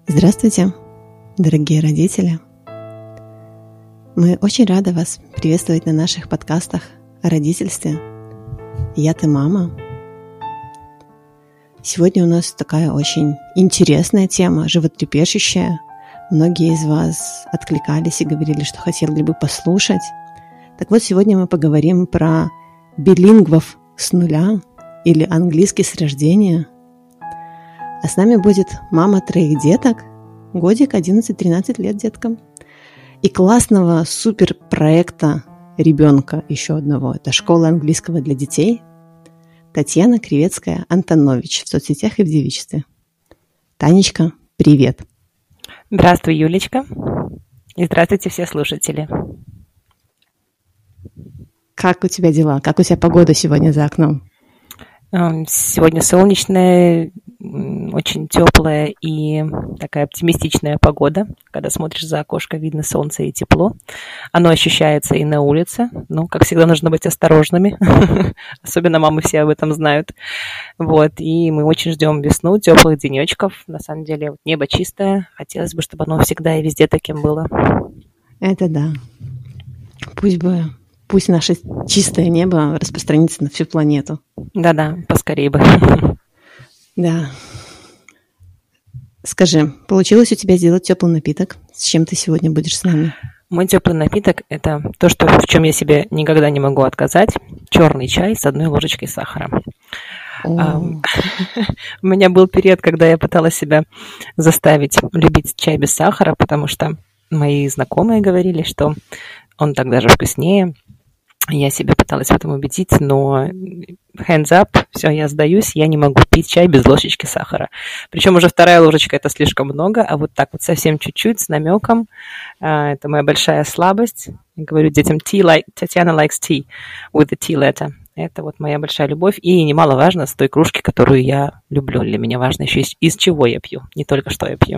Здравствуйте, дорогие родители! Мы очень рады вас приветствовать на наших подкастах о родительстве «Я, ты, мама». Сегодня у нас такая очень интересная тема, животрепещущая. Многие из вас откликались и говорили, что хотели бы послушать. Так вот, сегодня мы поговорим про билингвов с нуля или английский с рождения. А с нами будет мама 3 деток, годик, 11-13 лет деткам, и классного суперпроекта ребенка еще одного. Это школа английского для детей. Татьяна Кривецкая-Антонович в соцсетях и в девичестве. Танечка, привет! Здравствуй, Юлечка. И здравствуйте, все слушатели. Как у тебя дела? Как у тебя погода сегодня за окном? Сегодня солнечная, очень теплая и такая оптимистичная погода. Когда смотришь за окошко, видно солнце и тепло. Оно ощущается и на улице. Но, как всегда, нужно быть осторожными. Особенно мамы все об этом знают. Вот. И мы очень ждем весну, теплых денечков. На самом деле, небо чистое. Хотелось бы, чтобы оно всегда и везде таким было. Это да. Пусть наше чистое небо распространится на всю планету. Да-да, поскорее бы. Да. Скажи, получилось у тебя сделать теплый напиток? С чем ты сегодня будешь с нами? Мой теплый напиток – это то, в чем я себе никогда не могу отказать. Черный чай с 1 ложечкой сахара. У меня был период, когда я пыталась себя заставить любить чай без сахара, потому что мои знакомые говорили, что он так даже вкуснее. Я себя пыталась в этом убедить, но hands up, все, я сдаюсь, я не могу пить чай без ложечки сахара. Причем уже 2 ложечка – это слишком много, а вот так вот совсем чуть-чуть, с намеком, это моя большая слабость. Я говорю детям, Татьяна likes tea with the tea letter. Это вот моя большая любовь, и немаловажно с той кружки, которую я люблю. Для меня важно еще из чего я пью, не только что я пью.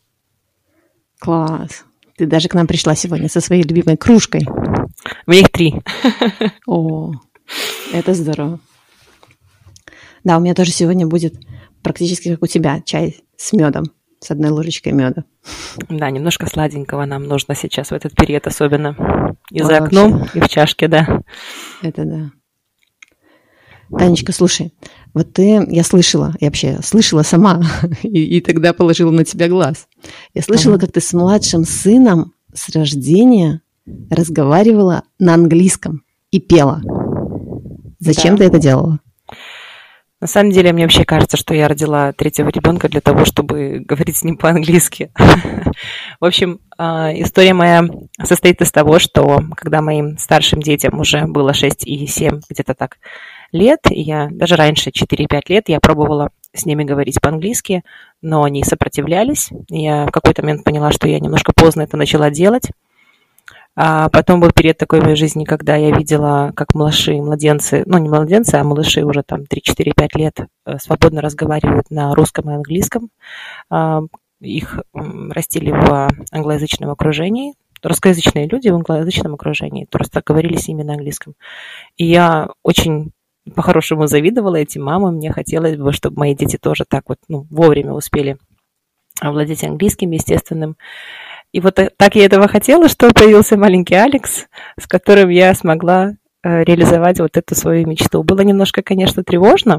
Класс! Ты даже к нам пришла сегодня со своей любимой кружкой. У меня их 3. О, это здорово. Да, у меня тоже сегодня будет практически как у тебя чай с медом, с 1 ложечкой меда. Да, немножко сладенького нам нужно сейчас в этот период, особенно и за окном, и в чашке, да. Это да. Танечка, слушай, вот я вообще слышала сама, и тогда положила на тебя глаз. Я слышала, как ты с младшим сыном с рождения разговаривала на английском и пела. Зачем ты это делала? На самом деле, мне вообще кажется, что я родила 3-го ребенка для того, чтобы говорить с ним по-английски. В общем, история моя состоит из того, что когда моим старшим детям уже было 6 и 7, где-то так, лет, и я даже раньше, 4-5 лет, я пробовала с ними говорить по-английски, но они сопротивлялись. Я в какой-то момент поняла, что я немножко поздно это начала делать. А потом был период такой в моей жизни, когда я видела, как младенцы, не младенцы, а малыши уже там 3-4-5 лет свободно разговаривают на русском и английском. Их растили в англоязычном окружении. Русскоязычные люди в англоязычном окружении просто говорили с ними на английском. И я очень по-хорошему завидовала этим мамам. Мне хотелось бы, чтобы мои дети тоже так вот вовремя успели овладеть английским, естественным. И вот так я этого хотела, что появился маленький Алекс, с которым я смогла реализовать вот эту свою мечту. Было немножко, конечно, тревожно,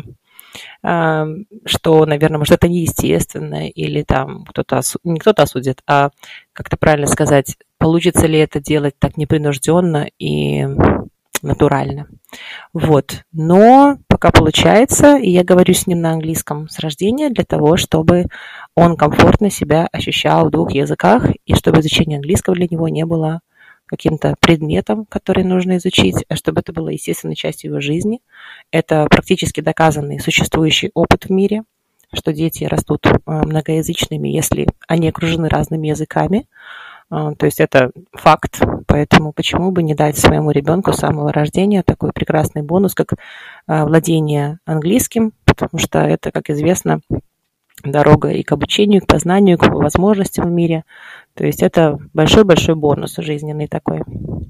что, наверное, может, это неестественно, или там не кто-то осудит, а как-то правильно сказать, получится ли это делать так непринужденно и натурально. Вот. Но пока получается, и я говорю с ним на английском с рождения для того, чтобы он комфортно себя ощущал в 2 языках, и чтобы изучение английского для него не было каким-то предметом, который нужно изучить, а чтобы это было естественной частью его жизни. Это практически доказанный существующий опыт в мире, что дети растут многоязычными, если они окружены разными языками. То есть это факт, поэтому почему бы не дать своему ребенку с самого рождения такой прекрасный бонус, как владение английским, потому что это, как известно, дорога и к обучению, и к познанию, и к возможностям в мире. То есть это большой-большой бонус жизненный такой.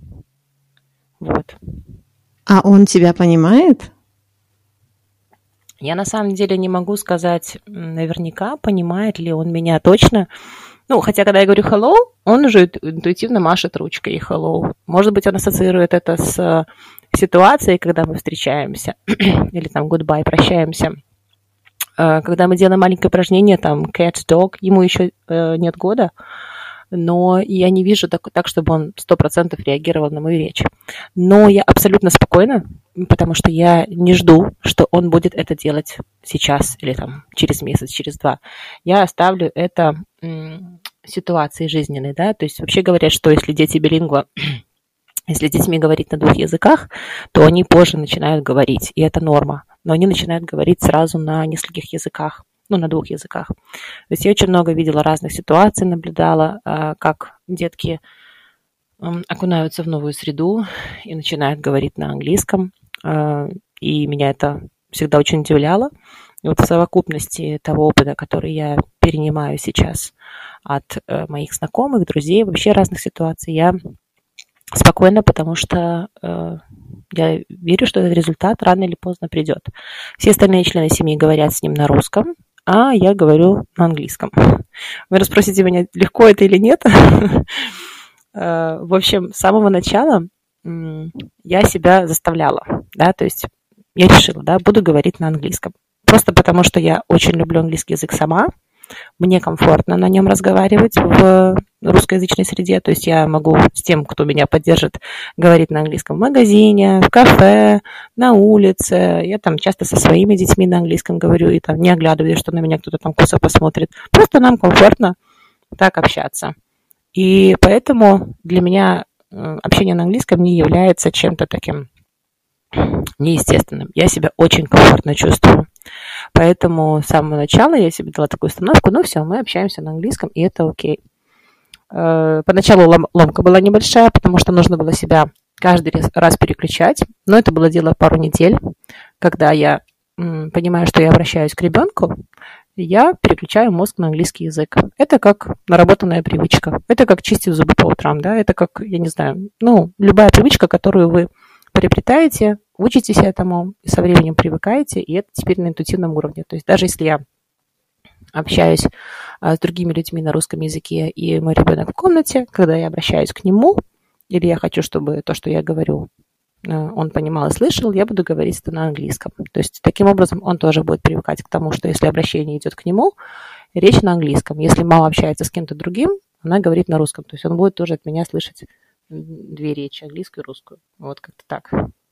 Вот. А он тебя понимает? Я на самом деле не могу сказать наверняка, понимает ли он меня точно. Ну, хотя, когда я говорю hello, он уже интуитивно машет ручкой и hello. Может быть, он ассоциирует это с ситуацией, когда мы встречаемся, или там goodbye, прощаемся. Когда мы делаем маленькое упражнение, там cat, dog, ему еще нет года, но я не вижу так, чтобы он 100% реагировал на мою речь. Но я абсолютно спокойна, потому что я не жду, что он будет это делать сейчас или там через месяц, через два. Я оставлю это ситуации жизненной, да, то есть вообще говорят, что если дети билингва, если с детьми говорить на 2 языках, то они позже начинают говорить, и это норма, но они начинают говорить сразу на нескольких языках, ну, на 2 языках. То есть я очень много видела разных ситуаций, наблюдала, как детки окунаются в новую среду и начинают говорить на английском, и меня это всегда очень удивляло. И вот в совокупности того опыта, который я перенимаю сейчас от моих знакомых, друзей, вообще разных ситуаций, я спокойно, потому что я верю, что этот результат рано или поздно придет. Все остальные члены семьи говорят с ним на русском, а я говорю на английском. Вы расспросите меня, легко это или нет? В общем, с самого начала я себя заставляла, да, то есть я решила, да, буду говорить на английском. Просто потому, что я очень люблю английский язык сама, мне комфортно на нем разговаривать в русскоязычной среде, то есть я могу с тем, кто меня поддержит, говорить на английском в магазине, в кафе, на улице. Я там часто со своими детьми на английском говорю и там не оглядываюсь, что на меня кто-то там косо посмотрит. Просто нам комфортно так общаться. И поэтому для меня общение на английском не является чем-то таким неестественным. Я себя очень комфортно чувствую. Поэтому с самого начала я себе дала такую установку, ну все, мы общаемся на английском, и это окей. Поначалу ломка была небольшая, потому что нужно было себя каждый раз переключать, но это было дело пару недель, когда я понимаю, что я обращаюсь к ребенку, я переключаю мозг на английский язык. Это как наработанная привычка. Это как чистить зубы по утрам, да, это как, я не знаю, ну, любая привычка, которую вы приобретаете, учитесь этому, и со временем привыкаете, и это теперь на интуитивном уровне. То есть даже если я общаюсь с другими людьми на русском языке, и мой ребенок в комнате, когда я обращаюсь к нему, или я хочу, чтобы то, что я говорю, он понимал и слышал, я буду говорить это на английском. То есть таким образом он тоже будет привыкать к тому, что если обращение идет к нему, речь на английском. Если мама общается с кем-то другим, она говорит на русском. То есть он будет тоже от меня слышать 2 речи, английскую и русскую. Вот как-то так.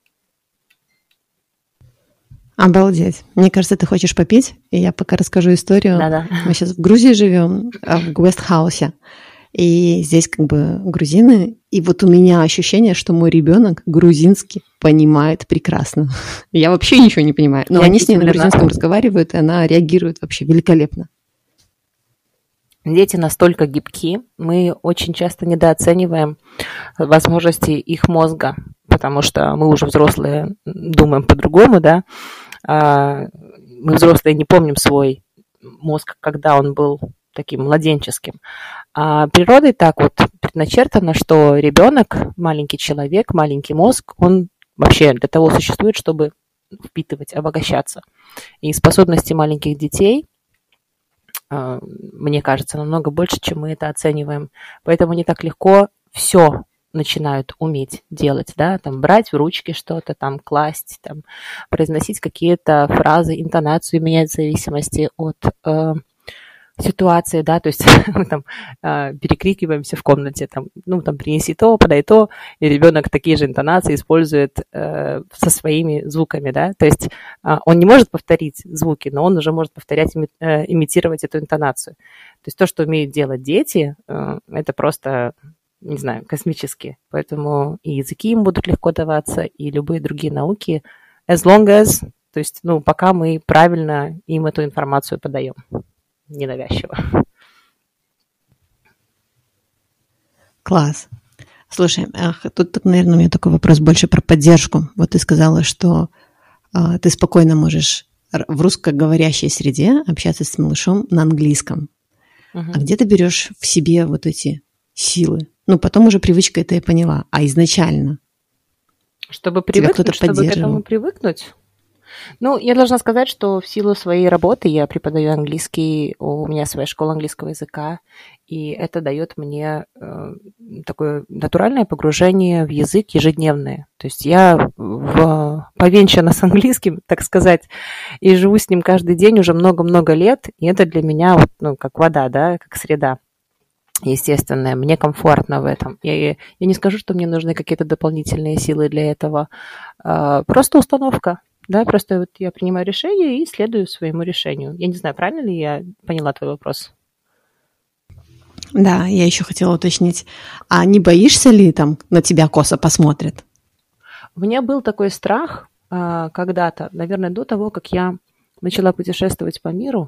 Обалдеть. Мне кажется, ты хочешь попить, и я пока расскажу историю. Да-да. Мы сейчас в Грузии живем, в Гвестхаусе, и здесь как бы грузины, и вот у меня ощущение, что мой ребенок грузинский понимает прекрасно. Я вообще ничего не понимаю, но они с ней на грузинском разговаривают, и она реагирует вообще великолепно. Дети настолько гибки, мы очень часто недооцениваем возможности их мозга, потому что мы уже взрослые думаем по-другому, да. Мы взрослые не помним свой мозг, когда он был таким младенческим. А природой так вот предначертано, что ребенок, маленький человек, маленький мозг, он вообще для того существует, чтобы впитывать, обогащаться. И способности маленьких детей, мне кажется, намного больше, чем мы это оцениваем. Поэтому не так легко все начинают уметь делать, да, там брать в ручки что-то, там класть, там произносить какие-то фразы, интонацию менять в зависимости от ситуации, да, то есть мы там перекрикиваемся в комнате, там, ну, там, принеси то, подай то, и ребенок такие же интонации использует со своими звуками, да, то есть он не может повторить звуки, но он уже может повторять, имитировать эту интонацию. То есть то, что умеют делать дети, это просто, не знаю, космически, поэтому и языки им будут легко даваться, и любые другие науки, as long as, то есть, ну, пока мы правильно им эту информацию подаем. Ненавязчиво. Класс. Слушай, тут, наверное, у меня такой вопрос больше про поддержку. Вот ты сказала, что ты спокойно можешь в русскоговорящей среде общаться с малышом на английском. А где ты берешь в себе вот эти силы? Ну, потом уже привычка это я поняла. А изначально? Чтобы привыкнуть, чтобы к этому привыкнуть? Ну, я должна сказать, что в силу своей работы я преподаю английский, у меня своя школа английского языка, и это дает мне такое натуральное погружение в язык ежедневное. То есть я повенчана с английским, так сказать, и живу с ним каждый день уже много-много лет, и это для меня вот, ну, как вода, да, как среда. Естественное, мне комфортно в этом. Я не скажу, что мне нужны какие-то дополнительные силы для этого. Просто установка. Да, просто вот я принимаю решение и следую своему решению. Я не знаю, правильно ли я поняла твой вопрос? Да, я еще хотела уточнить. А не боишься ли там на тебя косо посмотрят? У меня был такой страх когда-то, наверное, до того, как я начала путешествовать по миру.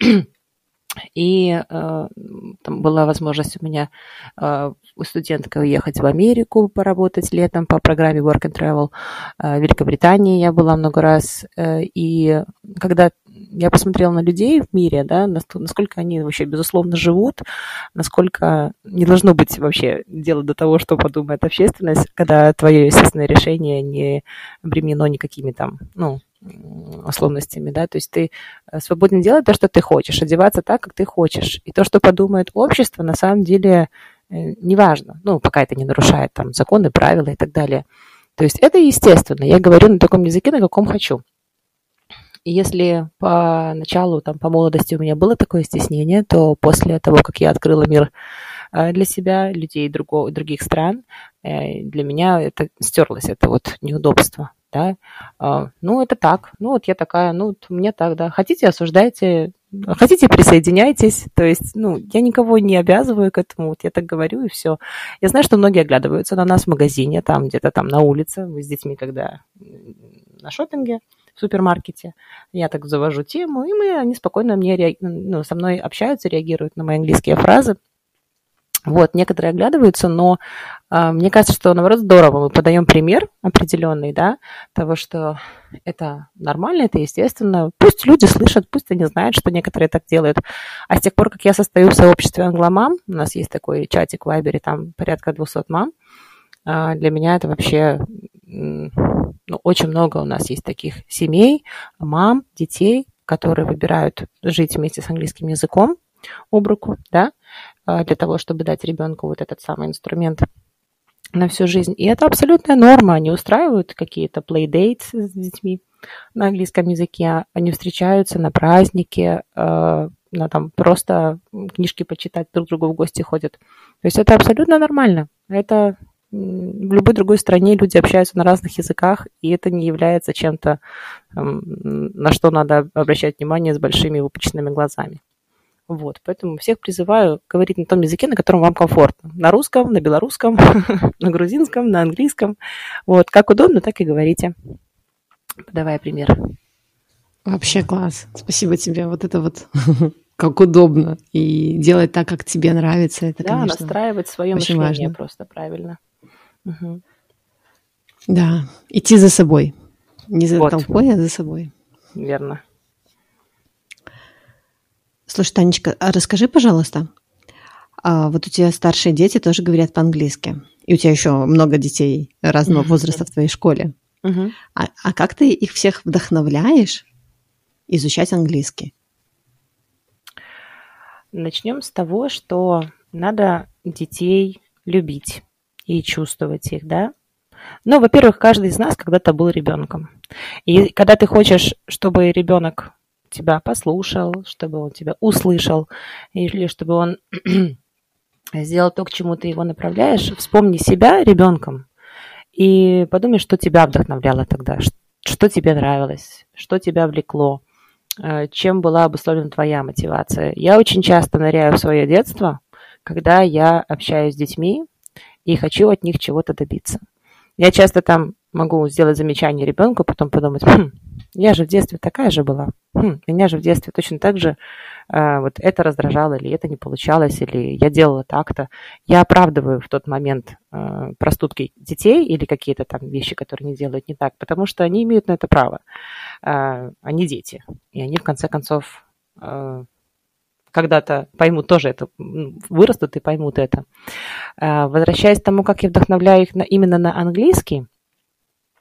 И там была возможность у меня студенткой уехать в Америку поработать летом по программе Work and Travel. В Великобритании я была много раз. И когда я посмотрела на людей в мире, да, насколько они вообще, безусловно, живут, насколько не должно быть вообще дела до того, что подумает общественность, когда твое естественное решение не обременено никакими там, ну, условностями, да, то есть ты свободен делать то, что ты хочешь, одеваться так, как ты хочешь. И то, что подумает общество, на самом деле неважно, ну, пока это не нарушает там законы, правила и так далее. То есть это естественно. Я говорю на таком языке, на каком хочу. И если поначалу, там, по молодости у меня было такое стеснение, то после того, как я открыла мир для себя, людей других стран, для меня это стерлось, это вот неудобство. Да? Ну, это так. Ну, вот я такая, ну, вот мне так, да. Хотите, осуждайте, хотите, присоединяйтесь. То есть, ну, я никого не обязываю к этому, вот я так говорю, и все. Я знаю, что многие оглядываются на нас в магазине, там, где-то там на улице, мы с детьми, когда на шопинге, в супермаркете, я так завожу тему, и они спокойно со мной общаются, реагируют на мои английские фразы. Вот, некоторые оглядываются, но мне кажется, что, наоборот, здорово. Мы подаем пример определенный, да, того, что это нормально, это естественно. Пусть люди слышат, пусть они знают, что некоторые так делают. А с тех пор, как я состою в сообществе англомам, у нас есть такой чатик в Вайбере, там порядка 200 мам, для меня это вообще, ну, очень много у нас есть таких семей, мам, детей, которые выбирают жить вместе с английским языком об руку, да, для того, чтобы дать ребенку вот этот самый инструмент на всю жизнь. И это абсолютная норма. Они устраивают какие-то playdates с детьми на английском языке, они встречаются на празднике, на там просто книжки почитать, друг к другу в гости ходят. То есть это абсолютно нормально. Это в любой другой стране люди общаются на разных языках, и это не является чем-то, на что надо обращать внимание с большими выпученными глазами. Вот, поэтому всех призываю говорить на том языке, на котором вам комфортно. На русском, на белорусском, на грузинском, на английском. Вот, как удобно, так и говорите. Давай пример. Вообще класс. Спасибо тебе. Вот это вот как удобно. И делать так, как тебе нравится. Это, да, конечно, настраивать свое очень мышление важно. просто правильно. Угу. Да, идти за собой. Не за Вот. толпой, а за собой. Верно. Слушай, Танечка, а расскажи, пожалуйста, вот у тебя старшие дети тоже говорят по-английски, и у тебя еще много детей разного возраста в твоей школе. А как ты их всех вдохновляешь изучать английский? Начнем с того, что надо детей любить и чувствовать их, да? Ну, во-первых, каждый из нас когда-то был ребенком. И когда ты хочешь, чтобы ребенок тебя послушал, чтобы он тебя услышал, или чтобы он сделал то, к чему ты его направляешь, вспомни себя ребенком и подумай, что тебя вдохновляло тогда, что тебе нравилось, что тебя влекло, чем была обусловлена твоя мотивация. Я очень часто ныряю в свое детство, когда я общаюсь с детьми и хочу от них чего-то добиться. Я часто там могу сделать замечание ребенку, потом подумать, я же в детстве такая же была, меня же в детстве точно так же вот это раздражало, или это не получалось, или я делала так-то. Я оправдываю в тот момент проступки детей или какие-то там вещи, которые они делают не так, потому что они имеют на это право. Они дети, и они в конце концов когда-то поймут тоже это, вырастут и поймут это. Возвращаясь к тому, как я вдохновляю их именно на английский,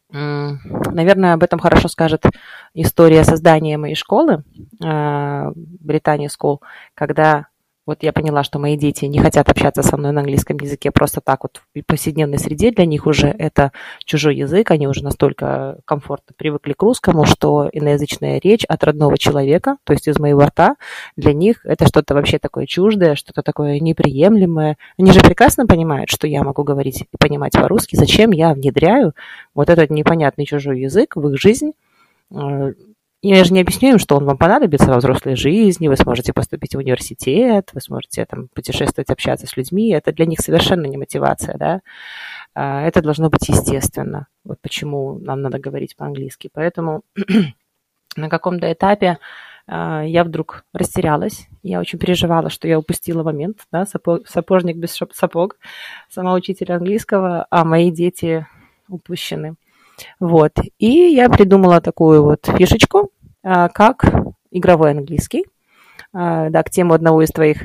Наверное, об этом хорошо скажет история создания моей школы, Британия School, когда вот я поняла, что мои дети не хотят общаться со мной на английском языке просто так вот в повседневной среде. Для них уже это чужой язык, они уже настолько комфортно привыкли к русскому, что иноязычная речь от родного человека, то есть из моего рта, для них это что-то вообще такое чуждое, что-то такое неприемлемое. Они же прекрасно понимают, что я могу говорить и понимать по-русски. Зачем я внедряю вот этот непонятный чужой язык в их жизнь? Я же не объясню им, что он вам понадобится во взрослой жизни, вы сможете поступить в университет, вы сможете там путешествовать, общаться с людьми. Это для них совершенно не мотивация, да. Это должно быть естественно. Вот почему нам надо говорить по-английски. Поэтому на каком-то этапе я вдруг растерялась. Я очень переживала, что я упустила момент, да, сапожник без сапог, сама учитель английского, а мои дети упущены. Вот. И я придумала такую вот фишечку, как игровой английский. Да, к тему одного из твоих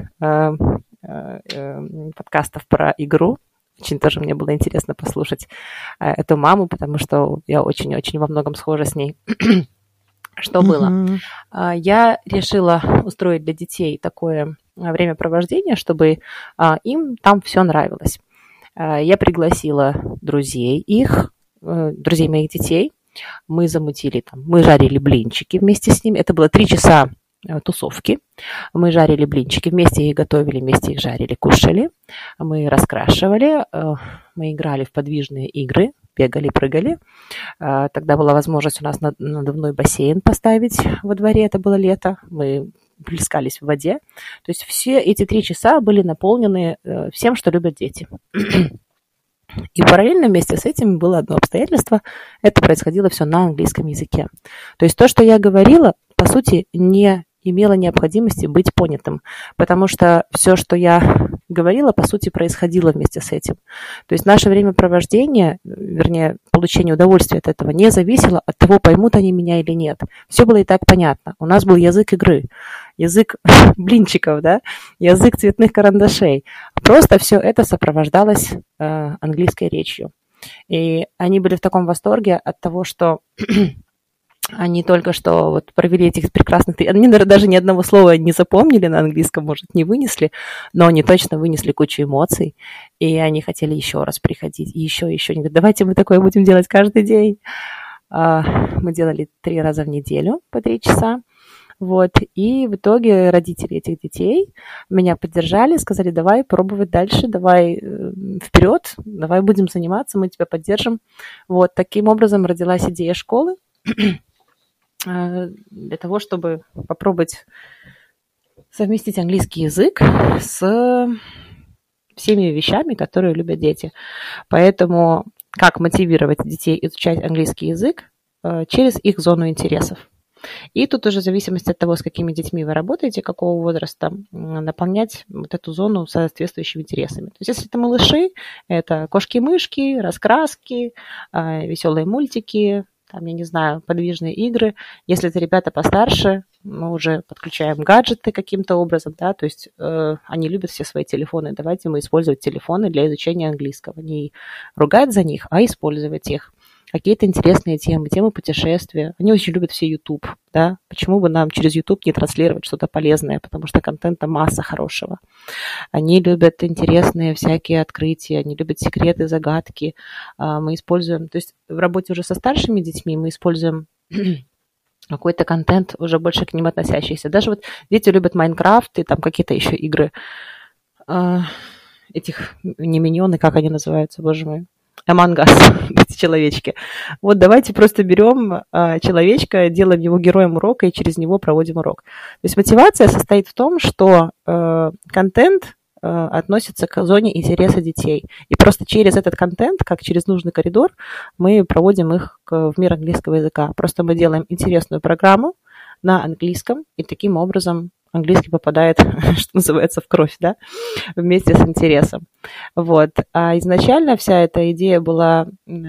подкастов про игру. Очень тоже мне было интересно послушать эту маму, потому что я очень-очень во многом схожа с ней. Что было? Я решила устроить для детей такое времяпровождение, чтобы им там все нравилось. Я пригласила друзей моих детей. Мы замутили там, мы жарили блинчики вместе с ними. Это было 3 часа тусовки. Мы жарили блинчики, вместе их готовили, вместе их жарили, кушали. Мы раскрашивали, мы играли в подвижные игры, бегали, прыгали. Тогда была возможность у нас надувной бассейн поставить во дворе, это было лето. Мы плескались в воде. То есть все эти 3 часа были наполнены всем, что любят дети. И параллельно вместе с этим было одно обстоятельство. Это происходило все на английском языке. То есть то, что я говорила, по сути, не имело необходимости быть понятым, потому что все, что я говорила, по сути, происходило вместе с этим. То есть наше времяпровождение, вернее, получение удовольствия от этого не зависело от того, поймут они меня или нет. Все было и так понятно. У нас был язык игры, язык блинчиков, да, язык цветных карандашей. Просто все это сопровождалось английской речью. И они были в таком восторге от того, что они только что вот провели этих прекрасных... Они, наверное, даже ни одного слова не запомнили на английском, может, не вынесли, но они точно вынесли кучу эмоций, и они хотели еще раз приходить, и еще. Они говорят, давайте мы такое будем делать каждый день. Мы делали 3 раза в неделю по 3 часа. Вот. И в итоге родители этих детей меня поддержали, сказали, давай пробовать дальше, давай вперед, давай будем заниматься, мы тебя поддержим. Вот. Таким образом родилась идея школы, для того, чтобы попробовать совместить английский язык с всеми вещами, которые любят дети. Поэтому как мотивировать детей изучать английский язык через их зону интересов. И тут уже в зависимости от того, с какими детьми вы работаете, какого возраста, наполнять вот эту зону соответствующими интересами. То есть если это малыши, это кошки-мышки, раскраски, веселые мультики, там, я не знаю, подвижные игры. Если это ребята постарше, мы уже подключаем гаджеты каким-то образом, да, то есть они любят все свои телефоны. Давайте мы использовать телефоны для изучения английского. Не ругать за них, а использовать их. Какие-то интересные темы путешествия. Они очень любят все YouTube, да. Почему бы нам через YouTube не транслировать что-то полезное, потому что контента масса хорошего. Они любят интересные всякие открытия, они любят секреты, загадки. Мы используем, то есть в работе уже со старшими детьми мы используем какой-то контент, уже больше к ним относящийся. Даже вот дети любят Майнкрафт и там какие-то еще игры. Этих не миньоны, как они называются, боже мой. Among Us, эти человечки. Вот давайте просто берем человечка, делаем его героем урока и через него проводим урок. То есть мотивация состоит в том, что контент относится к зоне интереса детей. И просто через этот контент, как через нужный коридор, мы проводим их в мир английского языка. Просто мы делаем интересную программу на английском, и таким образом английский попадает, что называется, в кровь, да, вместе с интересом. Вот. А изначально вся эта идея была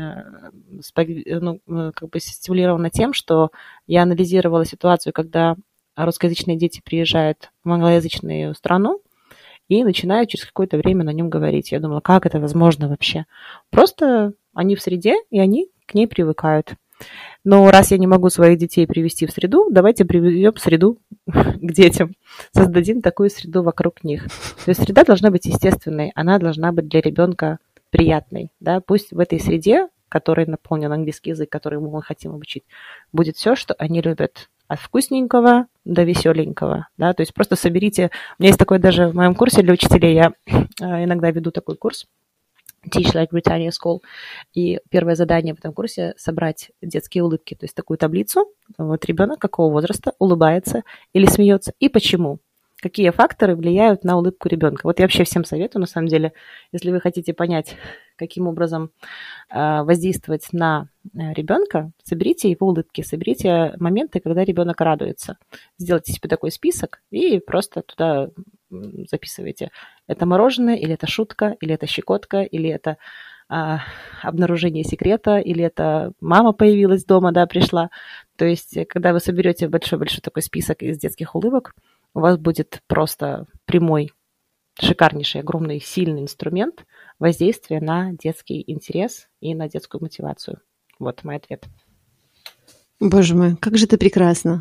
стимулирована тем, что я анализировала ситуацию, когда русскоязычные дети приезжают в англоязычную страну и начинают через какое-то время на нем говорить. Я думала, как это возможно вообще? Просто они в среде, и они к ней привыкают. Но раз я не могу своих детей привести в среду, давайте приведем среду к детям. Создадим такую среду вокруг них. То есть среда должна быть естественной, она должна быть для ребенка приятной. Да? Пусть в этой среде, которой наполнен английский язык, который мы хотим обучить, будет все, что они любят. От вкусненького до веселенького. Да? То есть просто соберите... У меня есть такое даже в моем курсе для учителей. Я иногда веду такой курс. Teach Like Britannia School. И первое задание в этом курсе – собрать детские улыбки. То есть такую таблицу. Вот ребенок какого возраста улыбается или смеется. И почему. Какие факторы влияют на улыбку ребенка. Вот я вообще всем советую, на самом деле, если вы хотите понять, каким образом воздействовать на ребенка, соберите его улыбки, соберите моменты, когда ребенок радуется. Сделайте себе такой список и просто туда записывайте. Это мороженое, или это шутка, или это щекотка, или это обнаружение секрета, или это мама появилась дома, да, пришла. То есть, когда вы соберете большой-большой такой список из детских улыбок, у вас будет просто прямой, шикарнейший, огромный, сильный инструмент воздействия на детский интерес и на детскую мотивацию. Вот мой ответ. Боже мой, как же ты прекрасна.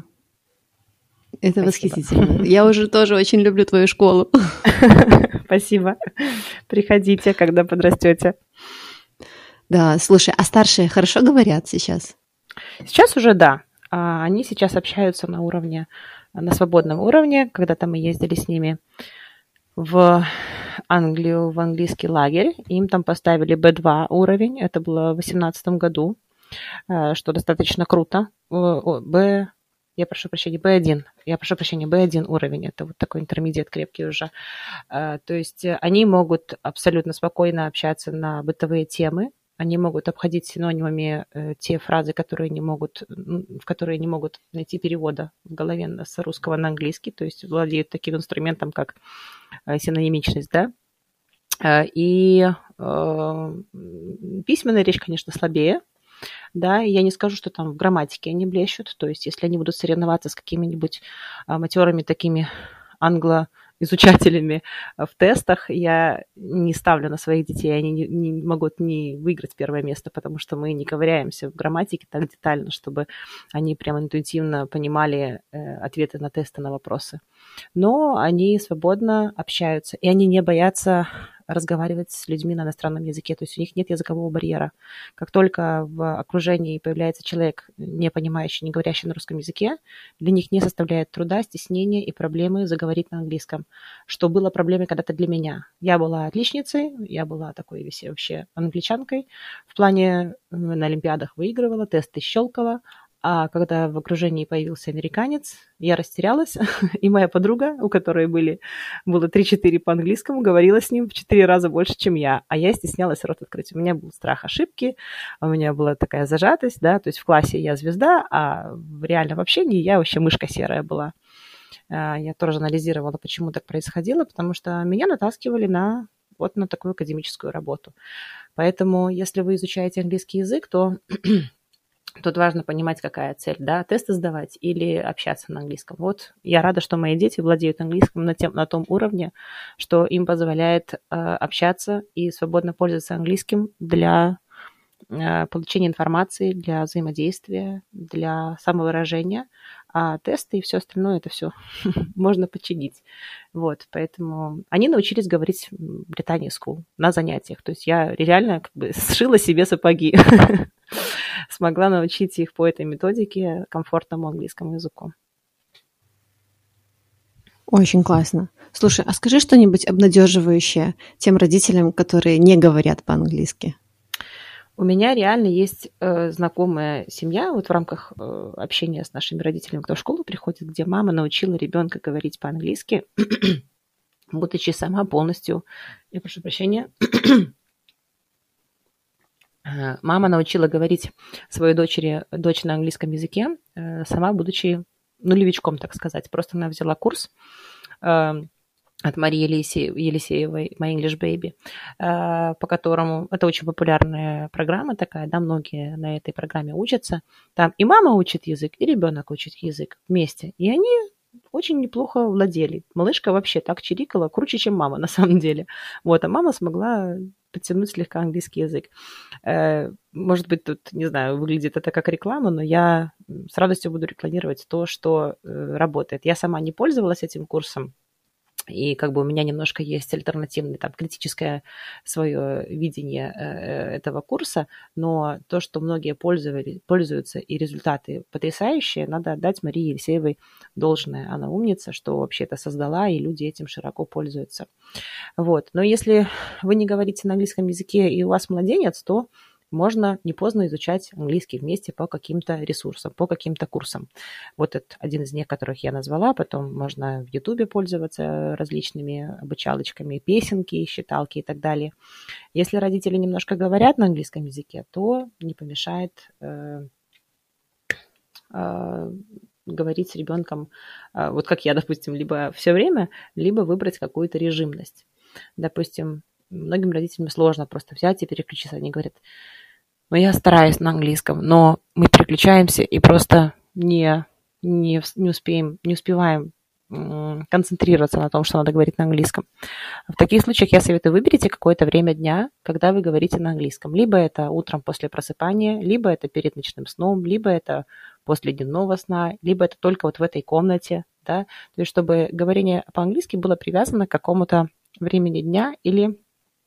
Это Спасибо. восхитительно. Я уже тоже очень люблю твою школу. Спасибо. Приходите, когда подрастете. Да, слушай, а старшие хорошо говорят сейчас? Сейчас уже да. Они сейчас общаются на свободном уровне. Когда-то мы ездили с ними в Англию, в английский лагерь. Им там поставили B2 уровень. Это было в 2018 году, что достаточно круто. Я прошу прощения, B1 уровень. Это вот такой интермедиат крепкий уже. То есть они могут абсолютно спокойно общаться на бытовые темы. Они могут обходить синонимами те фразы, в которые не могут найти перевода в голове с русского на английский, то есть владеют таким инструментом, как синонимичность, да. И письменная речь, конечно, слабее, да, и я не скажу, что там в грамматике они блещут, то есть если они будут соревноваться с какими-нибудь матерыми такими англоизучателями в тестах, я не ставлю на своих детей, они не могут не выиграть первое место, потому что мы не ковыряемся в грамматике так детально, чтобы они прямо интуитивно понимали ответы на тесты, на вопросы. Но они свободно общаются, и они не боятся разговаривать с людьми на иностранном языке, то есть у них нет языкового барьера. Как только в окружении появляется человек, не понимающий, не говорящий на русском языке, для них не составляет труда, стеснения и проблемы заговорить на английском, что было проблемой когда-то для меня. Я была отличницей, я была такой вообще англичанкой, в плане на олимпиадах выигрывала, тесты щелкала, а когда в окружении появился американец, я растерялась, и моя подруга, у которой было 3-4 по-английскому, говорила с ним в 4 раза больше, чем я, а я стеснялась рот открыть. У меня был страх ошибки, у меня была такая зажатость, да, то есть в классе я звезда, а в реальном общении я вообще мышка серая была. Я тоже анализировала, почему так происходило, потому что меня натаскивали на такую академическую работу. Поэтому, если вы изучаете английский язык, то тут важно понимать, какая цель, да, тесты сдавать или общаться на английском. Вот я рада, что мои дети владеют английским на том уровне, что им позволяет общаться и свободно пользоваться английским для получения информации, для взаимодействия, для самовыражения, а тесты и все остальное, это все можно починить. Вот, поэтому они научились говорить Britannia School на занятиях. То есть я реально сшила себе сапоги. Смогла научить их по этой методике комфортному английскому языку. Очень классно. Слушай, а скажи что-нибудь обнадеживающее тем родителям, которые не говорят по-английски. У меня реально есть знакомая семья, вот в рамках общения с нашими родителями, кто в школу приходит, где мама научила ребенка говорить по-английски, будучи сама полностью, я прошу прощения, мама научила говорить своей дочь на английском языке, сама будучи нулевичком, так сказать. Просто она взяла курс от Марии Елисеевой «My English Baby», по которому, это очень популярная программа такая, да, многие на этой программе учатся. Там и мама учит язык, и ребенок учит язык вместе. И они очень неплохо владели. Малышка вообще так чирикала, круче, чем мама на самом деле. Вот, а мама смогла подтянуть слегка английский язык. Может быть, тут, не знаю, выглядит это как реклама, но я с радостью буду рекламировать то, что работает. Я сама не пользовалась этим курсом, и как бы у меня немножко есть альтернативное, там, критическое свое видение этого курса, но то, что многие пользуются, и результаты потрясающие, надо отдать Марии Елисеевой должное. Она умница, что вообще это создала, и люди этим широко пользуются. Вот. Но если вы не говорите на английском языке, и у вас младенец, то можно не поздно изучать английский вместе по каким-то ресурсам, по каким-то курсам. Вот это один из них, которых я назвала. Потом можно в Ютубе пользоваться различными обучалочками, песенки, считалки и так далее. Если родители немножко говорят на английском языке, то не помешает говорить с ребенком, вот как я, допустим, либо все время, либо выбрать какую-то режимность. Допустим, многим родителям сложно просто взять и переключиться. Они говорят, ну, я стараюсь на английском, но мы переключаемся и просто не успеваем концентрироваться на том, что надо говорить на английском. В таких случаях я советую, выберите какое-то время дня, когда вы говорите на английском. Либо это утром после просыпания, либо это перед ночным сном, либо это после дневного сна, либо это только вот в этой комнате, да, то есть чтобы говорение по-английски было привязано к какому-то времени дня или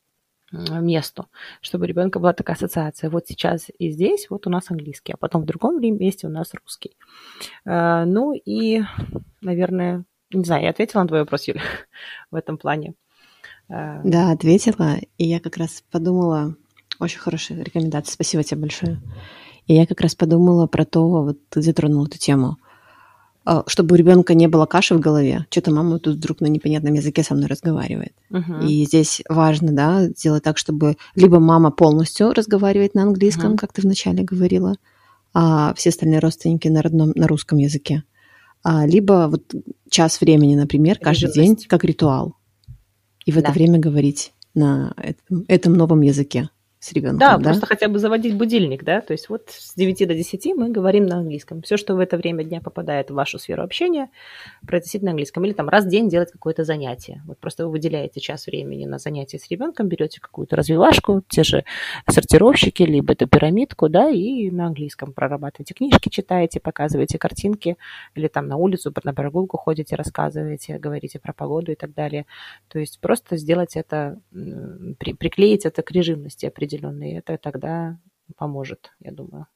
месту, чтобы у ребенка была такая ассоциация. Вот сейчас и здесь вот у нас английский, а потом в другом месте у нас русский. Ну и, наверное, не знаю, я ответила на твой вопрос, Юля, в этом плане. Да, ответила, и я как раз подумала, очень хорошая рекомендация, спасибо тебе большое. И я как раз подумала про то, вот ты затронула эту тему, чтобы у ребенка не было каши в голове. Что-то мама тут вдруг на непонятном языке со мной разговаривает. И здесь важно, да, сделать так, чтобы либо мама полностью разговаривает на английском, как ты вначале говорила, а все остальные родственники на русском языке. Либо вот час времени, например, каждый день, как ритуал. И в это время говорить на этом новом языке с ребенком. Да, просто хотя бы заводить будильник, да, то есть вот с 9 до 10 мы говорим на английском. Все, что в это время дня попадает в вашу сферу общения, произносить на английском. Или там раз в день делать какое-то занятие. Вот просто вы выделяете час времени на занятие с ребенком, берете какую-то развивашку, те же сортировщики, либо эту пирамидку, да, и на английском прорабатываете книжки, читаете, показываете картинки, или там на улицу, на прогулку ходите, рассказываете, говорите про погоду и так далее. То есть просто сделать это, приклеить это к режимности определенной. Это тогда поможет, я думаю.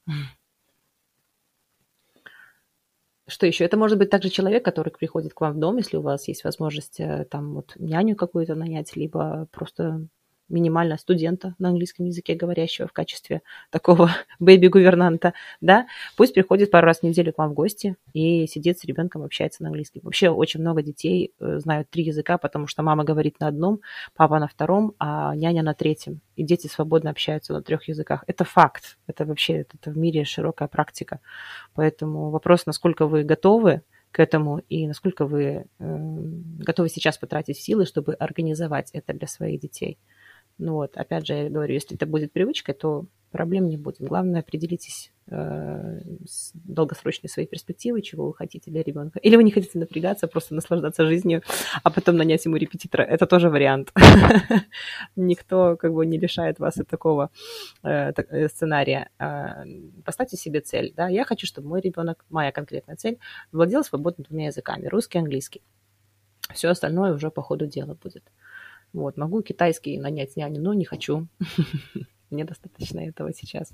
Что еще? Это может быть также человек, который приходит к вам в дом, если у вас есть возможность там вот няню какую-то нанять, либо просто минимально студента на английском языке говорящего в качестве такого бэйби-гувернанта, да, пусть приходит пару раз в неделю к вам в гости и сидит с ребенком, общается на английском. Вообще очень много детей знают 3 языка, потому что мама говорит на одном, папа на втором, а няня на третьем. И дети свободно общаются на 3 языках. Это факт. Это вообще это в мире широкая практика. Поэтому вопрос, насколько вы готовы к этому и насколько вы готовы сейчас потратить силы, чтобы организовать это для своих детей. Ну вот, опять же, я говорю, если это будет привычкой, то проблем не будет. Главное, определитесь с долгосрочной своей перспективой, чего вы хотите для ребенка. Или вы не хотите напрягаться, просто наслаждаться жизнью, а потом нанять ему репетитора. Это тоже вариант. Никто как бы не лишает вас от такого сценария. Поставьте себе цель. Да? Я хочу, чтобы мой ребенок, моя конкретная цель, владел свободно 2 языками, русский и английский. Все остальное уже по ходу дела будет. Вот, могу китайский нанять няню, но не хочу. Мне достаточно этого сейчас.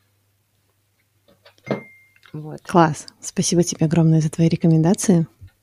Вот. Класс. Спасибо тебе огромное за твои рекомендации.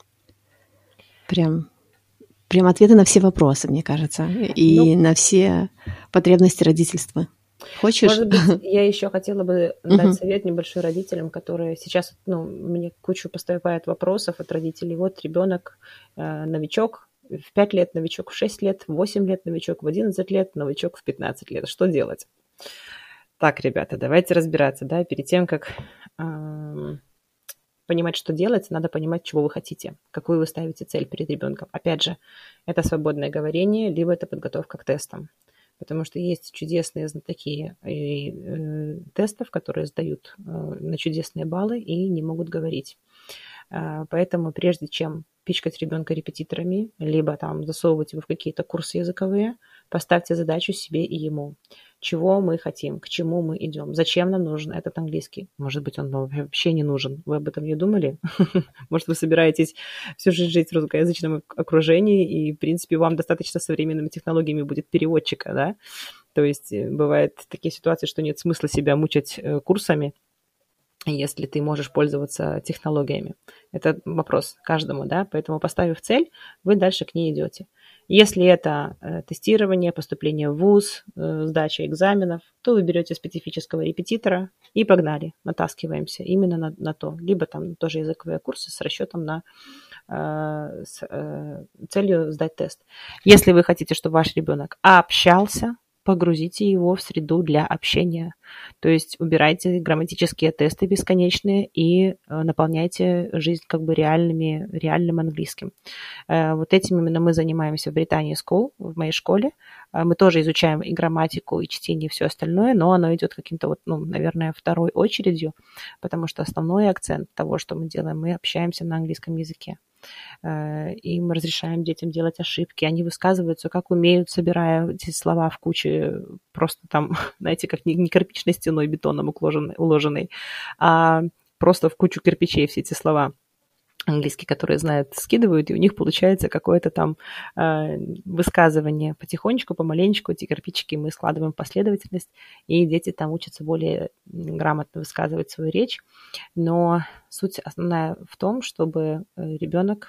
Прям ответы на все вопросы, мне кажется, и на все потребности родительства. Хочешь? Может быть, я еще хотела бы дать совет небольшой родителям, которые сейчас, мне кучу поступает вопросов от родителей. Вот ребенок новичок, в 5 лет новичок, в 6 лет, в 8 лет новичок, в 11 лет новичок, в 15 лет. Что делать? Так, ребята, давайте разбираться, да, перед тем, как понимать, что делать, надо понимать, чего вы хотите, какую вы ставите цель перед ребенком. Опять же, это свободное говорение, либо это подготовка к тестам. Потому что есть чудесные знатоки тестов, которые сдают на чудесные баллы и не могут говорить. Поэтому прежде чем пичкать ребенка репетиторами, либо там засовывать его в какие-то курсы языковые, поставьте задачу себе и ему. Чего мы хотим, к чему мы идем, зачем нам нужен этот английский. Может быть, он вам вообще не нужен. Вы об этом не думали? Может, вы собираетесь всю жизнь жить в русскоязычном окружении, и, в принципе, вам достаточно современными технологиями будет переводчика, да? То есть бывают такие ситуации, что нет смысла себя мучать курсами, если ты можешь пользоваться технологиями. Это вопрос каждому, да, поэтому, поставив цель, вы дальше к ней идете. Если это тестирование, поступление в вуз, сдача экзаменов, то вы берете специфического репетитора и погнали, натаскиваемся именно на то. Либо там тоже языковые курсы с расчетом на целью сдать тест. Если вы хотите, чтобы ваш ребенок общался, погрузите его в среду для общения. То есть убирайте грамматические тесты бесконечные и наполняйте жизнь как бы реальным английским. Вот этим именно мы занимаемся в Британии School, в моей школе. Мы тоже изучаем и грамматику, и чтение, и все остальное, но оно идет каким-то, вот, наверное, второй очередью, потому что основной акцент того, что мы делаем, мы общаемся на английском языке. И мы разрешаем детям делать ошибки. Они высказываются, как умеют, собирая эти слова в куче, просто там, знаете, как не кирпичной стеной бетоном уложенной, а просто в кучу кирпичей все эти слова английские, которые знают, скидывают, и у них получается какое-то там высказывание. Потихонечку, помаленечку эти кирпичики мы складываем в последовательность, и дети там учатся более грамотно высказывать свою речь. Но суть основная в том, чтобы ребенок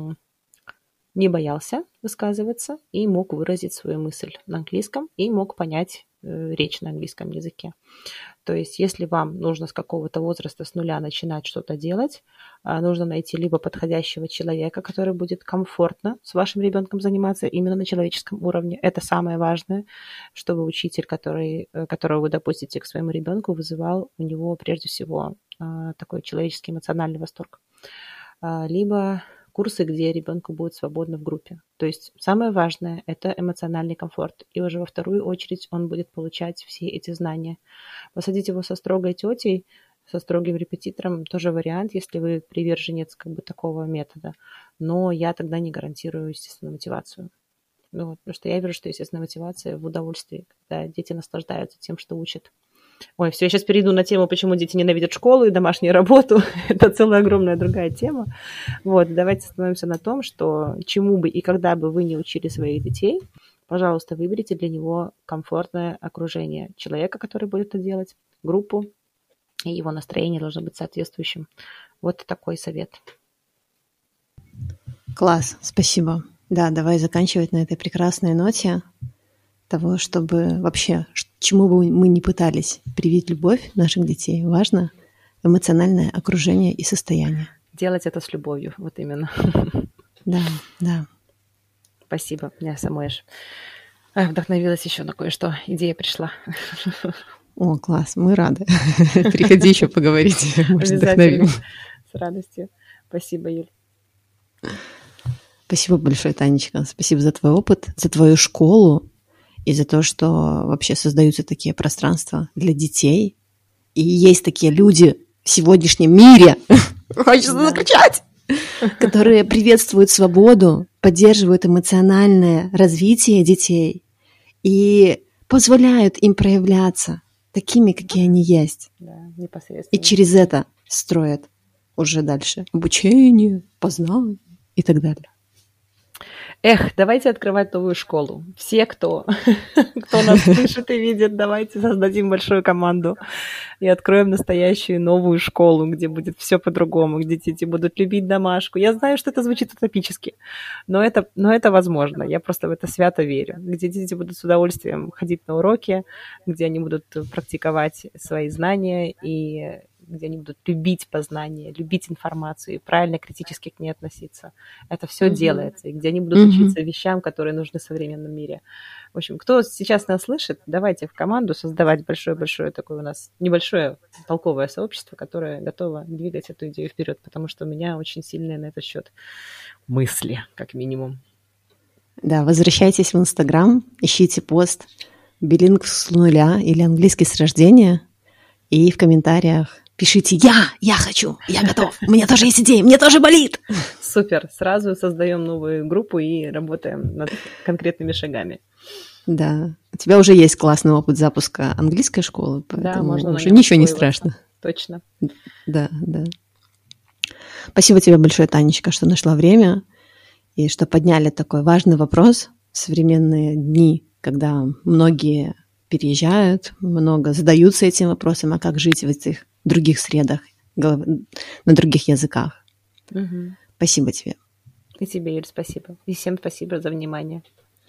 не боялся высказываться и мог выразить свою мысль на английском и мог понять речь на английском языке. То есть, если вам нужно с какого-то возраста, с нуля начинать что-то делать, нужно найти либо подходящего человека, который будет комфортно с вашим ребенком заниматься именно на человеческом уровне. Это самое важное, чтобы учитель, которого вы допустите к своему ребенку, вызывал у него прежде всего такой человеческий эмоциональный восторг. Либо курсы, где ребенку будет свободно в группе. То есть самое важное – это эмоциональный комфорт. И уже во вторую очередь он будет получать все эти знания. Посадить его со строгой тетей, со строгим репетитором – тоже вариант, если вы приверженец как бы такого метода. Но я тогда не гарантирую естественную мотивацию. Потому что я вижу, что естественная мотивация в удовольствии, когда дети наслаждаются тем, что учат. Ой, все, я сейчас перейду на тему, почему дети ненавидят школу и домашнюю работу. Это целая огромная другая тема. Вот, давайте остановимся на том, что чему бы и когда бы вы не учили своих детей, пожалуйста, выберите для него комфортное окружение человека, который будет это делать, группу, и его настроение должно быть соответствующим. Вот такой совет. Класс, спасибо. Да, давай заканчивать на этой прекрасной ноте того, чтобы вообще, чему бы мы ни пытались привить любовь наших детей, важно эмоциональное окружение и состояние. Делать это с любовью, вот именно. Да, да. Спасибо, меня самой аж вдохновилась еще на кое-что. Идея пришла. О, класс, мы рады. Приходи еще поговорить, может, вдохновим. С радостью. Спасибо, Юль. Спасибо большое, Танечка. Спасибо за твой опыт, за твою школу и за то, что вообще создаются такие пространства для детей. И есть такие люди в сегодняшнем мире, хочется закричать, которые приветствуют свободу, поддерживают эмоциональное развитие детей и позволяют им проявляться такими, какие они есть. Да, непосредственно. И через это строят уже дальше обучение, познание и так далее. Эх, давайте открывать новую школу. Все, кто нас слышит и видит, давайте создадим большую команду и откроем настоящую новую школу, где будет все по-другому, где дети будут любить домашку. Я знаю, что это звучит утопически, но это возможно. Я просто в это свято верю. Где дети будут с удовольствием ходить на уроки, где они будут практиковать свои знания и где они будут любить познание, любить информацию и правильно критически к ней относиться. Это все делается. И где они будут учиться вещам, которые нужны в современном мире. В общем, кто сейчас нас слышит, давайте в команду создавать большое-большое такое у нас небольшое толковое сообщество, которое готово двигать эту идею вперед, потому что у меня очень сильные на этот счет мысли, как минимум. Да, возвращайтесь в Инстаграм, ищите пост «Билингв с нуля» или «Английский с рождения», и в комментариях Пишите я хочу, я готов, у меня тоже есть идеи, мне тоже болит. Супер, сразу создаем новую группу и работаем над конкретными шагами. Да, у тебя уже есть классный опыт запуска английской школы, поэтому да, можно уже ничего не страшно. Точно. Да. Спасибо тебе большое, Танечка, что нашла время и что подняли такой важный вопрос в современные дни, когда многие переезжают, много задаются этим вопросом, а как жить в этих других средах, на других языках. Угу. Спасибо тебе. И тебе, Юль, спасибо. И всем спасибо за внимание.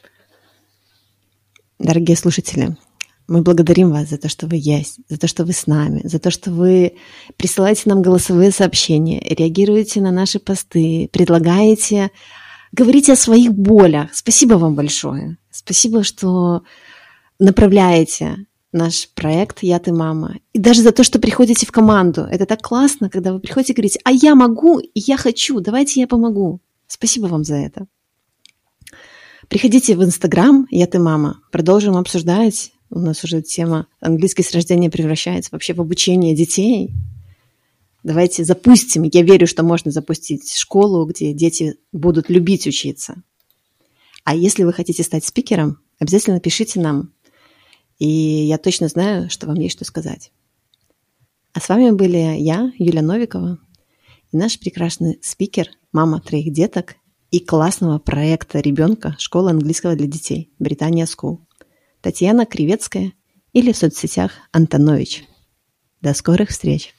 Дорогие слушатели, мы благодарим вас за то, что вы есть, за то, что вы с нами, за то, что вы присылаете нам голосовые сообщения, реагируете на наши посты, предлагаете, говорите о своих болях. Спасибо вам большое. Спасибо, что направляете наш проект «Я, ты, мама». И даже за то, что приходите в команду. Это так классно, когда вы приходите и говорите: а я могу, и я хочу, давайте я помогу. Спасибо вам за это. Приходите в Инстаграм «Я, ты, мама». Продолжим обсуждать. У нас уже тема «Английский с рождения» превращается вообще в обучение детей. Давайте запустим. Я верю, что можно запустить школу, где дети будут любить учиться. А если вы хотите стать спикером, обязательно пишите нам. И я точно знаю, что вам есть что сказать. А с вами были я, Юля Новикова, и наш прекрасный спикер, мама 3 деток и классного проекта ребенка «Школа английского для детей» Британия School, Татьяна Кривецкая или в соцсетях Антонович. До скорых встреч!